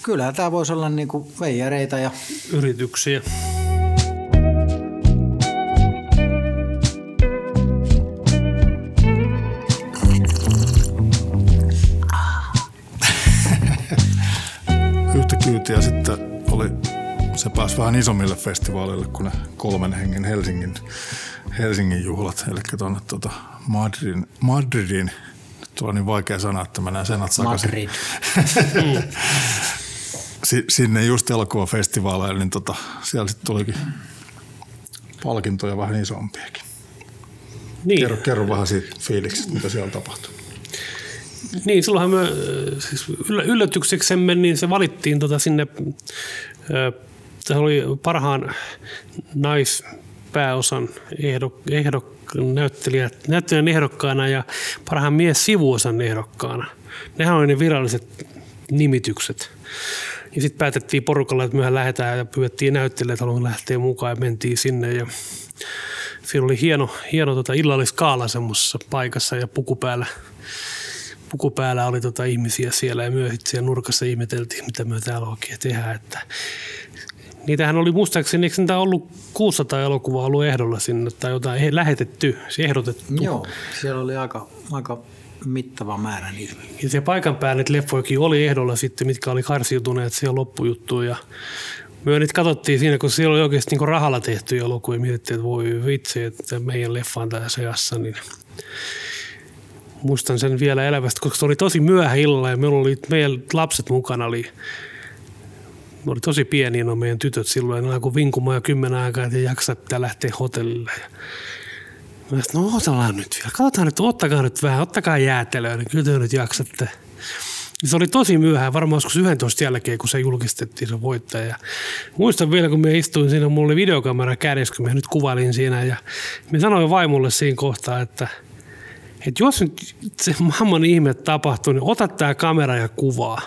Kyllä tämä voisi olla niin kuin veijareita ja yrityksiä. Yhtä kyytiä sitten se pääsi vähän isommille festivaaleille kuin ne 3 hengen Helsingin juhlat, eli tuonne Madridin. Tuo on niin vaikea sana, että mä näen senat sakaisin. Madrid. Sinne just elokuvafestivaaleille, niin siellä sitten tulikin palkintoja vähän isompiakin. Niin. Kerro vähän siitä fiiliksestä, mitä siellä tapahtui. Niin, silloinhan me siis yllätykseksemme niin se valittiin sinne, se oli parhaan naispääosan näyttelijän ehdokkaana ja parhaan mies sivuosan ehdokkaana. Nehän oli ne viralliset nimitykset. Ja sitten päätettiin porukalla, että mehän lähdetään ja pyydettiin näyttelijät, että haluamme lähteä mukaan ja mentiin sinne. Ja siinä oli hieno illalliskaala semmoisessa paikassa ja pukupäällä oli ihmisiä siellä ja myös siellä nurkassa ihmeteltiin, mitä me täällä oikein tehdään. Että niitähän oli muistaakseni, eikö niitä ollut 600 elokuvaa ollut ehdolla sinne tai jotain lähetetty, ehdotettu? Joo, siellä oli aika mittava määrä niitä. Ja se paikan päälle leffoikin oli ehdolla sitten, mitkä oli karsiutuneet siellä loppujuttuun. Ja me nyt katsottiin siinä, kun siellä oli oikeasti niin rahalla tehty elokuva ja mietittiin, että voi vitsi, että meidän leffa on tässä seassa. Niin muistan sen vielä elävästi, koska se oli tosi myöhä illalla ja meidän lapset mukana oli tosi pieniä no meidän tytöt silloin. Ne alkoi vinkumaan jo 10 aikaa, että ei jaksa, pitää lähteä hotellille. Mä sanoin, no otellaan nyt vielä. Katsotaan nyt, ottakaa nyt vähän, ottakaa jäätelöä, niin kyllä te nyt jaksatte. Se oli tosi myöhään, varmaan joskus 11 jälkeen, kun se julkistettiin se voittaja. Muistan vielä, kun me istuin siinä, mulla oli videokamera kädessä, kun mä nyt kuvailin siinä. Ja mä sanoin vaimolle siinä kohtaa, että jos nyt se maailman ihme tapahtuu, niin ota tää kamera ja kuvaa.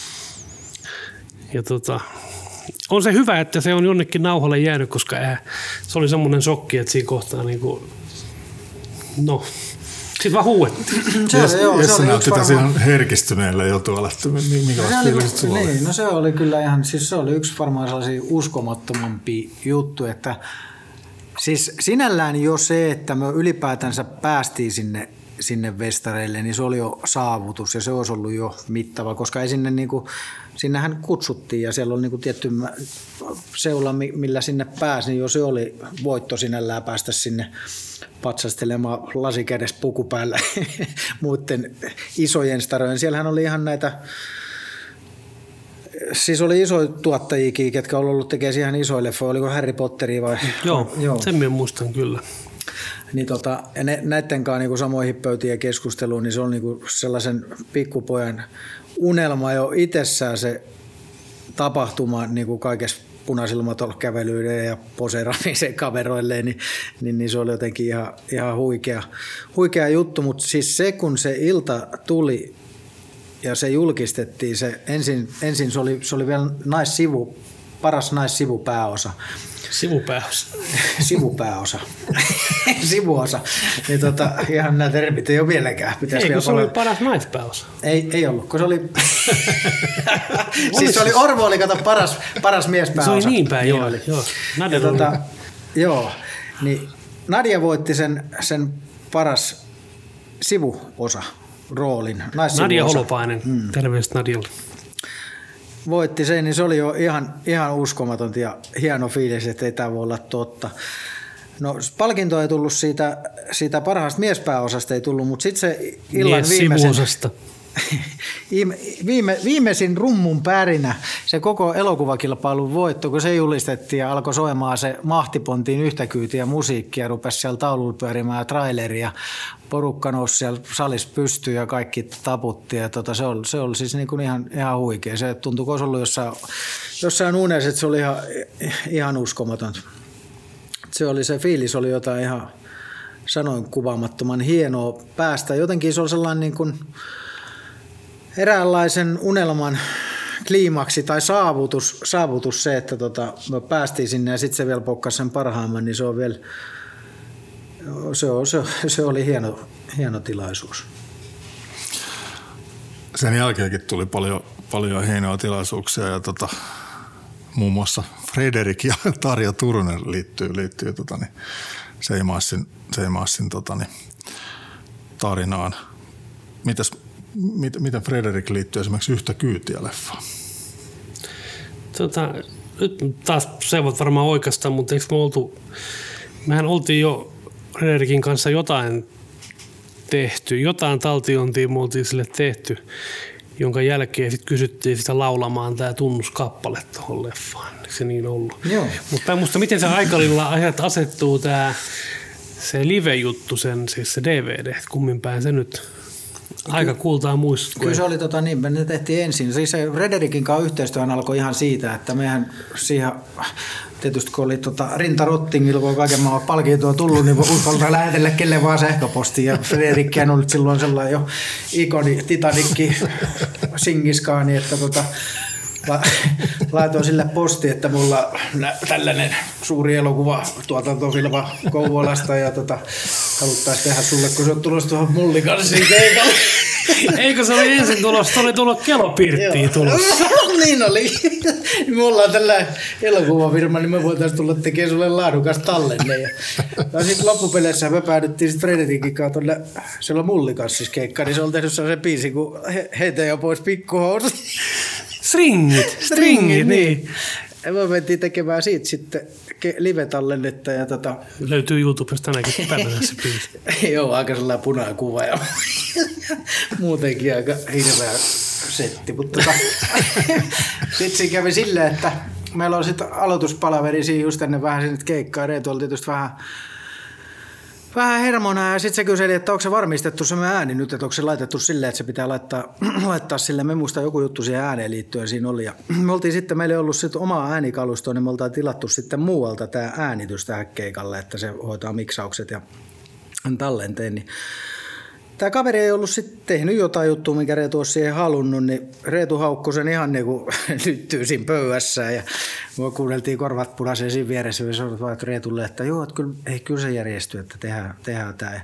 Ja on se hyvä, että se on jonnekin nauhalle jäänyt, koska se oli semmoinen shokki, että siinä kohtaa sitten vaan huuettiin. Jesse näytti tässä ihan herkistyneelle jo tuolla, että minkälaiset fiilikset sulla oli? No se oli kyllä ihan, siis se oli yksi varmaan sellaisia uskomattomampia juttu, että siis sinällään jo se, että me ylipäätänsä päästiin sinne festareille, niin se oli jo saavutus ja se olisi ollut jo mittava, koska ei sinnehän kutsuttiin ja siellä oli tietty seula, millä sinne pääsi, niin jo se oli voitto sinällään päästä sinne patsastelemaan lasikädessä puku päällä muiden isojen starojen. Siellähän oli ihan näitä, siis oli isoja tuottajiakin, ketkä on ollut tekemään ihan isoja leffoja, oliko Harry Potteria vai? Joo. Sen minä muistan kyllä. Niin ja näiden kanssa samoihin pöytiin keskusteluun, niin se on sellaisen pikkupojan unelma jo itsessään se tapahtuma kaikessa punaisilmatolla kävelyiden ja poseeraamisen kaveroille, niin se oli jotenkin ihan huikea juttu, mutta siis se kun se ilta tuli ja se julkistettiin, se ensin se oli vielä paras naissivupääosa. Sivupääosa. Sivuosa. Niin ihan nämä termit ei ole vieläkään. Eikö se oli paras naispääosa? Ei ollut, kun se oli siis se oli Orvo oli paras miespääosa. Se oli niin päin, joo. Nadia joo, niin Nadia voitti sen paras sivuosa roolin. Nadia Holopainen, terveys Nadialle. Voitti sen, niin se oli jo ihan uskomatonta ja hieno fiilis, että ei tämä voi olla totta. No palkinto ei tullut siitä parhaasta miespääosasta, ei tullut, mutta sitten se illan viimeisin rummun pärinä, se koko elokuvakilpailun voitto, kun se julistettiin ja alkoi soimaan se mahtipontiin yhtä kyytiä musiikkia, rupesi siellä taululla pyörimään traileria, porukka nousi siellä salissa pystyyn ja kaikki taputti ja se oli siis ihan huikea. Se tuntui, kun olisi ollut jossain unessa, että se oli ihan uskomatonta. Se fiilis oli jotain ihan sanoin kuvaamattoman hienoa päästä. Jotenkin se oli sellainen eräänlaisen unelman kliimaksi tai saavutus se, että me päästiin sinne ja sitten se vielä pokkasi sen parhaimman, niin se on vielä, se oli hieno tilaisuus. sen jälkeenkin tuli paljon hienoja tilaisuuksia ja muun muassa Frederik ja Tarja Turunen liittyy Seimaassin tarinaan. Miten Frederik liittyy esimerkiksi Yhtä kyytiä -leffaan? Nyt taas se voit varmaan oikeastaan, mutta eikö mehän oltiin jo Frederikin kanssa jotain tehty, jotain taltiointia me oltiin sille tehty, jonka jälkeen sitten kysyttiin sitä laulamaan tämä tunnuskappale tuohon leffaan. Eikö se niin ollut? Joo. Mutta musta miten se aikalinnalla asettuu se live-juttu, siis se DVD, että kummin päin se nyt aika kultaa muistuttaa. Kyllä se oli me ne tehtiin ensin. Siis se Frederikin kanssa yhteistyöhän alkoi ihan siitä, että mehän siihen tietysti kun oli rintarottingilla, kun kaiken maailman palkintoa tullut, niin uskaltaa lähetellä kelle vaan sähköpostiin. Ja Frederikki on ollut silloin sellainen jo ikoni, Titanikki, Singiskaani, että laitoin sille posti, että mulla on tällainen suuri elokuva tuotantofilma Kouvolasta ja haluttaisiin tehdä sulle, kun se on tulossa tuohon Mullikanssiin keikalle. Eikö se oli ensin tulossa, oli tullut Kelopirttiin tulossa. Niin oli. Me ollaan tällä elokuvafirma, niin me voitaisiin tulla tekemään sulle laadukas tallenne. Ja sitten loppupeleissä me päädyttiin sitten Frederikin kanssa tuonne siellä Mullikanssissa keikkaan, niin se on tehnyt sellaisen biisin, kun heitä jo pois pikkuhousut. Stringit, niin. Ja me mentiin tekemään siitä sitten live-tallennetta. Ja löytyy YouTubesta tänäkin päivänä se biisi. Joo, aika sellainen punakuva ja muutenkin aika hirveä setti. Mutta sitten siinä kävi silleen, että meillä on sitten aloituspalaveri siinä just ennen vähän sinne keikkaa. Reetu oli tietysti vähän hermona ja sitten se kyseli, että onko se varmistettu se ääni nyt, että onko se laitettu silleen, että se pitää laittaa silleen. Me muista joku juttu siihen ääneen liittyen siinä oli. Ja me oltiin sitten, meillä ei ollut sitten omaa äänikalustoa, niin me oltiin tilattu sitten muualta tämä äänitys tähän keikalle, että se hoitaa miksaukset ja tallenteen. Niin tämä kaveri ei ollut sitten tehnyt jotain juttua, minkä Reetu olisi siihen halunnut, niin Reetu haukkui sen ihan niin kuin lyttyy siinä pöydässä ja me kuunneltiin korvat punaisen siinä vieressä ja sanoin Reetulle, että joo, että kyllä se järjestyy, että tehdään tämä.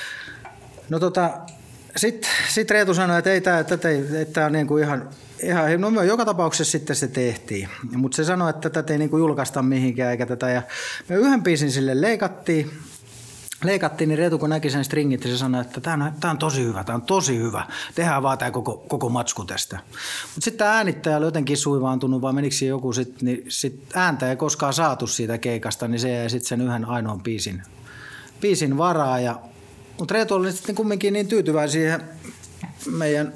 No sitten Reetu sanoi, että ei tämä on niin kuin ihan, no me joka tapauksessa sitten se tehtiin, mutta se sanoi, että tätä ei niin kuin julkaista mihinkään eikä tätä ja me yhden biisin sille leikattiin, niin Reetu kun näki sen stringit, se sanoi, että tämä on tosi hyvä, tehdään vaan tämä koko matsku tästä. Mutta sitten tämä äänittäjä oli jotenkin suivaantunut, vaan menikö joku sitten, niin sitten ääntä ei koskaan saatu siitä keikasta, niin se jäi sitten sen yhden ainoan biisin varaa. Mutta Reetu oli sitten kumminkin niin tyytyväinen siihen meidän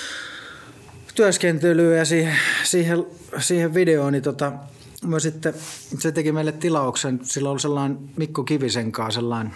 työskentelyyn ja siihen videoon, niin sitten se teki meille tilauksen. Sillä oli sellainen Mikko Kivisen kanssa sellainen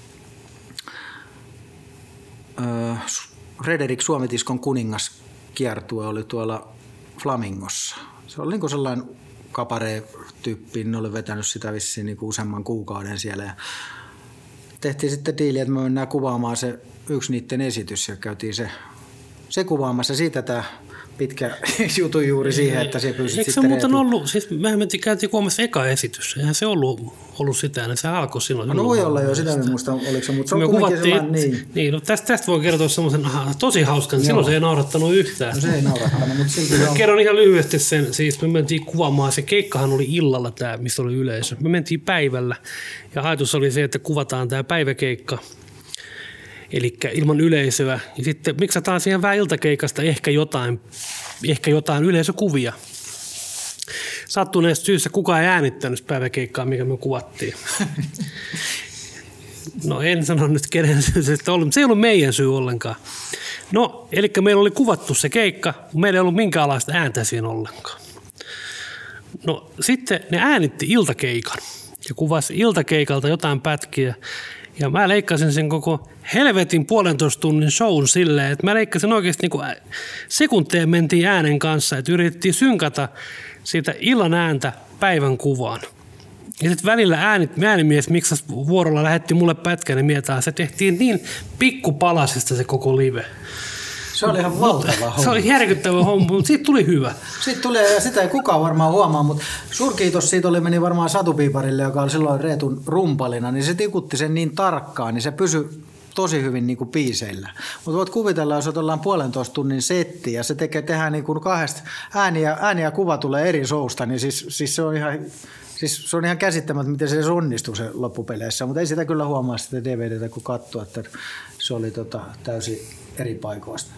Frederik Suomitiskon kuningaskiertue oli tuolla Flamingossa. Se oli niin kuin sellainen kapare-tyyppi, ne oli vetänyt sitä vissiin niin kuin useamman kuukauden siellä. Ja tehtiin sitten diili, että me mennään kuvaamaan se yksi niiden esitys ja käytiin se kuvaamassa. Siitä tämä pitkä jutu juuri siihen, että se pyysit sitten Reetu. Eikö se muuten ollut, siis mehän käytiin kuvaamassa eka esitys, eihän se ollut sitä, että se alkoi silloin. No voi olla jo, sitä en muista, oliko se, mutta se on kumminkin sellainen, niin. No tästä voi kertoa semmoisen tosi hauskan, silloin se ei naurattanut yhtään. No se ei naurattanut, mutta silti on. Kerron ihan lyhyesti sen, siis me mentiin kuvaamaan, se keikkahan oli illalla tämä, missä oli yleisö. Me mentiin päivällä ja ajatus oli se, että kuvataan tämä päiväkeikka. Eli ilman yleisöä. Ja sitten miksataan siihen vähän iltakeikasta ehkä jotain yleisökuvia. Sattuneesta syystä kukaan ei äänittänyt päiväkeikkaa, mikä me kuvattiin. No en sano nyt kenen syy se ollut, mutta se ei ollut meidän syy ollenkaan. No, eli meillä oli kuvattu se keikka, mutta meillä ei ollut minkäänlaista ääntä siinä ollenkaan. No sitten ne äänitti iltakeikan ja kuvasi iltakeikalta jotain pätkiä. Ja mä leikkasin sen koko helvetin 1,5 tunnin shown silleen, että mä leikkasin oikeasti niin sekunteja mentiin äänen kanssa, että yritettiin synkata siitä illan ääntä päivän kuvaan. Ja sitten välillä äänimies miksas vuorolla lähetti mulle pätkän ja mietää, se tehtiin niin pikkupalasista se koko live. Se oli ihan valtava homma. Se oli järkyttävä homma, mutta siitä tuli hyvä. Siitä tuli, ja sitä ei kukaan varmaan huomaa, mutta suurkiitos siitä meni varmaan Satu Piiparille, joka oli silloin Reetun rumpalina, niin se tikutti sen niin tarkkaan, niin se tosi hyvin niin kuin biiseillä. Mutta voit kuvitella, jos ollaan 1,5 tunnin setti ja se tehdään niin kuin 2 ääni ja kuva tulee eri showsta, niin siis se on ihan käsittämättä, miten se edes onnistuu se loppupeleissä, mutta ei sitä kyllä huomaa sitä DVDtä, kun katsoo, että se oli täysin eri paikoista.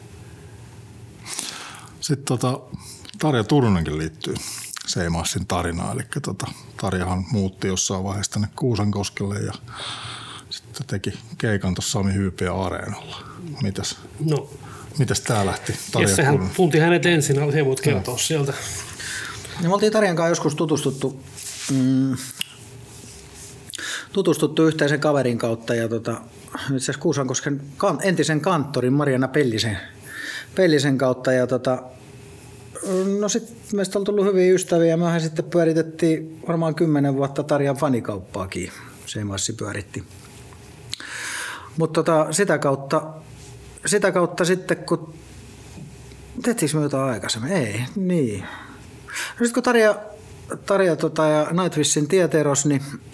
Sitten Tarja Turunenkin liittyy Seimassin tarinaan, eli Tarjahan muutti jossain vaiheessa tänne Kuusankoskelle ja sitten teki keikan tuossa Sami Hyypiä Areenalla. Mitäs tää lähti? Jessehän tunti hänet ensin, he voit kertoa sieltä. Ja me oltiin Tarjan kanssa joskus tutustuttu yhteisen kaverin kautta ja itse asiassa Kuusankosken entisen kanttorin Mariana Pellisen kautta ja no sitten meistä on tullut hyviä ystäviä ja mehän sitten pyöritettiin varmaan 10 vuotta Tarjan fanikauppaakin. Seimassi pyöritti. Mutta sitä kautta sitten kun tehtiinkö me jotain aikaisemmin? Ei, niin. No sitten kun Tarja ja Nightwishin tiet eros,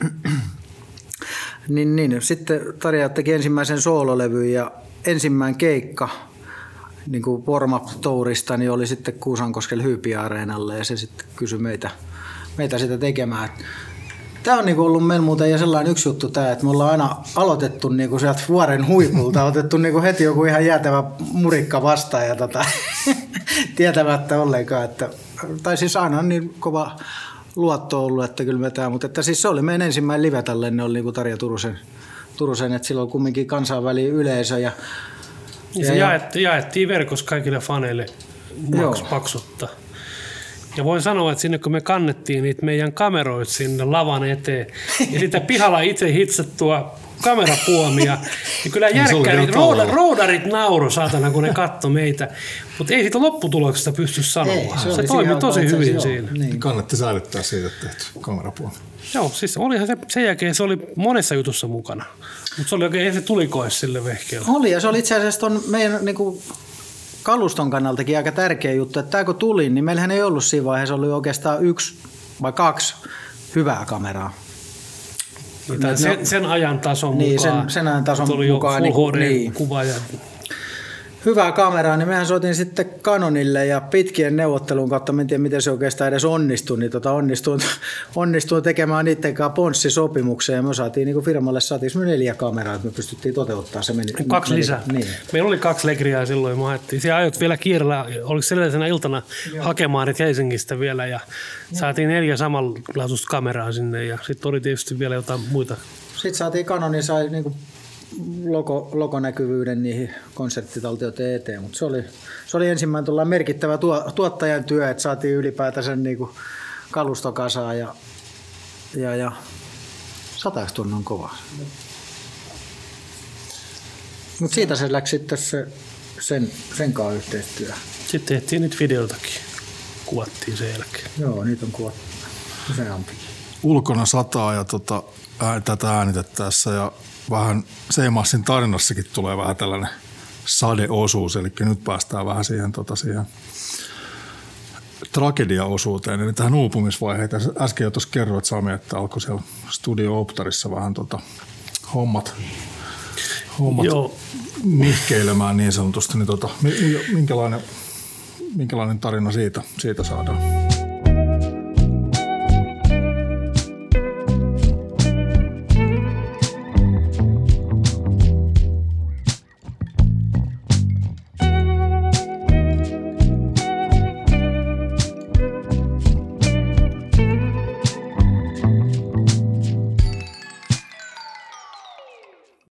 niin sitten Tarja teki ensimmäisen soololevyn ja ensimmäinen keikka niin kuin warm-up-tourista niin oli sitten Kuusankoskella Hyypiä-areenalle ja se sitten kysyi meitä sitä tekemään. Tämä on niinku ollut meillä muuten ja sellainen yksi juttu tämä, että me ollaan aina aloitettu niinku sieltä vuoren huipulta, otettu niinku heti joku ihan jäätävä murikka vastaan ja tietämättä ollenkaan, tai siis aina on niin kova luotto ollut, että kyllä me tämä, mutta että siis se oli meidän ensimmäinen live ne oli niinku Tarja Turusen, että silloin kumminkin kansainvälinen yleisö ja se jaettiin verkossa kaikille faneille paksutta. Ja voin sanoa, että sinne kun me kannettiin niitä meidän kameroita sinne lavan eteen ja sitä pihalla itse hitsattua kamerapuomia, niin kyllä järkkärit, roudarit nauro saatana, kun ne katsoi meitä. Mutta ei siitä lopputuloksesta pysty sanomaan. Se toimi tosi hyvin siinä. Niin. Kannatti säilyttää siitä tehty kamerapuomi. Joo, siis olihan sen jälkeen se oli monessa jutussa mukana. Mutta se oli oikein se tulikois sille vehkeelle. Oli ja se oli itse asiassa ton meidän niinku kaluston kannaltakin aika tärkeä juttu, että tämä kun tuli, niin meillähän ei ollut siinä vaiheessa, oli oikeastaan 1 vai 2 hyvää kameraa. Sen ajan tason niin, mukaan. Sen ajan tason tuli mukaan. Jo Full HD-kuva ja hyvää kameraa, niin mehän soitin sitten Canonille ja pitkien neuvottelun kautta, en tiedä miten se oikeastaan edes onnistui, niin onnistuin tekemään niiden kanssa ponssisopimuksen ja me saatiin niin firmalle 4 kameraa, että me pystyttiin toteuttamaan se. 2 lisää. Niin. Meillä oli 2 legriaa silloin, me haettiin. Siellä ajot vielä kiireellä, oliko sellaisena iltana hakemaan niitä Helsingistä vielä ja saatiin 4 samanlaatuista kameraa sinne ja sitten oli tietysti vielä jotain muita. Sitten saatiin Canonin, sai niinku logonäkyvyyden niihin konserttitaltioiden eteen, mutta se oli ensimmäinen merkittävä tuottajan työ, että saatiin ylipäätään sen niinku kalustokasaan ja 100 tunnin kova. Mutta siitä se läksi sitten sen kanssa yhteistyö. Sitten tehtiin niitä videotakin, kuvattiin sen jälkeen. Joo, niitä on kuvattu useampi. Ulkona sataa ja tätä äänitettäessä ja vähän Seimassin tarinassakin tulee vähän tällainen sadeosuus, eli nyt päästään vähän siihen tragediaosuuteen, eli tähän uupumisvaiheeseen. Äsken jo tuossa kerroit, Sami, että alkoi siellä Studio Optarissa vähän hommat nihkeilemään niin sanotusti, niin minkälainen tarina siitä saadaan?